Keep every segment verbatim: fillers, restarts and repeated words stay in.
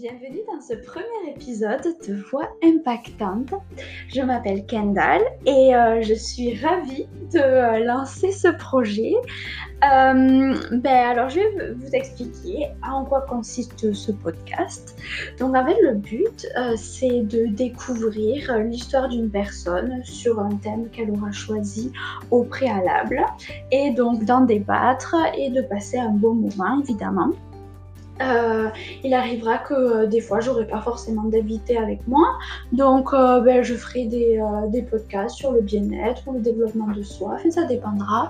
Bienvenue dans ce premier épisode de Voix impactante. Je m'appelle Kendall et euh, je suis ravie de euh, lancer ce projet. Euh, ben alors, je vais vous expliquer en quoi consiste ce podcast. Donc, en fait, le but, euh, c'est de découvrir l'histoire d'une personne sur un thème qu'elle aura choisi au préalable et donc d'en débattre et de passer un bon moment, évidemment. Euh, il arrivera que euh, des fois j'aurai pas forcément d'invités avec moi, donc euh, ben, je ferai des, euh, des podcasts sur le bien-être ou le développement de soi, enfin, ça dépendra.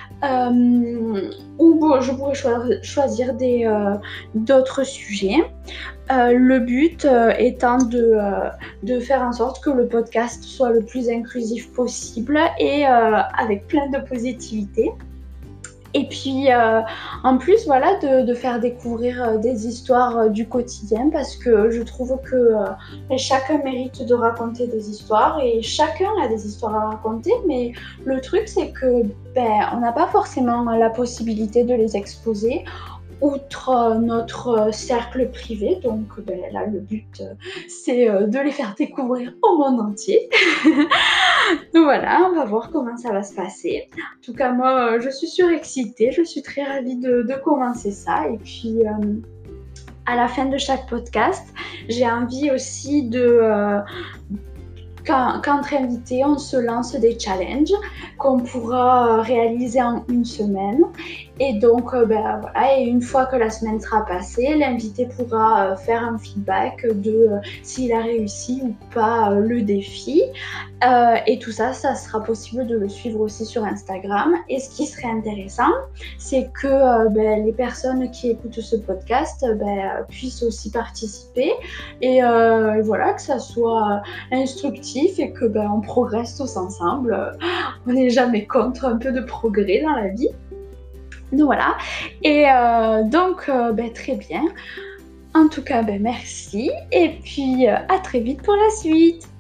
Euh, ou bon, je pourrais cho- choisir des, euh, d'autres sujets. Euh, le but euh, étant de, euh, de faire en sorte que le podcast soit le plus inclusif possible et euh, avec plein de positivité. Et puis, euh, en plus, voilà, de, de faire découvrir euh, des histoires euh, du quotidien parce que je trouve que euh, chacun mérite de raconter des histoires et chacun a des histoires à raconter, mais le truc, c'est que ben, on n'a pas forcément la possibilité de les exposer outre euh, notre euh, cercle privé. Donc, ben, là, le but, euh, c'est euh, de les faire découvrir au monde entier. Donc voilà, on va voir comment ça va se passer. En tout cas, moi, euh, je suis surexcitée, je suis très ravie de, de commencer ça. Et puis, euh, à la fin de chaque podcast, j'ai envie aussi de... Euh, Quand, qu'entre invités, on se lance des challenges qu'on pourra réaliser en une semaine. Et donc, euh, ben, voilà, et une fois que la semaine sera passée, l'invité pourra euh, faire un feedback de euh, s'il a réussi ou pas euh, le défi. Euh, et tout ça, ça sera possible de le suivre aussi sur Instagram. Et ce qui serait intéressant, c'est que euh, ben, les personnes qui écoutent ce podcast ben, puissent aussi participer. Et euh, voilà, que ça soit instructif et que ben, on progresse tous ensemble. On n'est jamais contre un peu de progrès dans la vie. Donc voilà. Et euh, donc, euh, ben, très bien. En tout cas, ben, merci. Et puis, euh, à très vite pour la suite.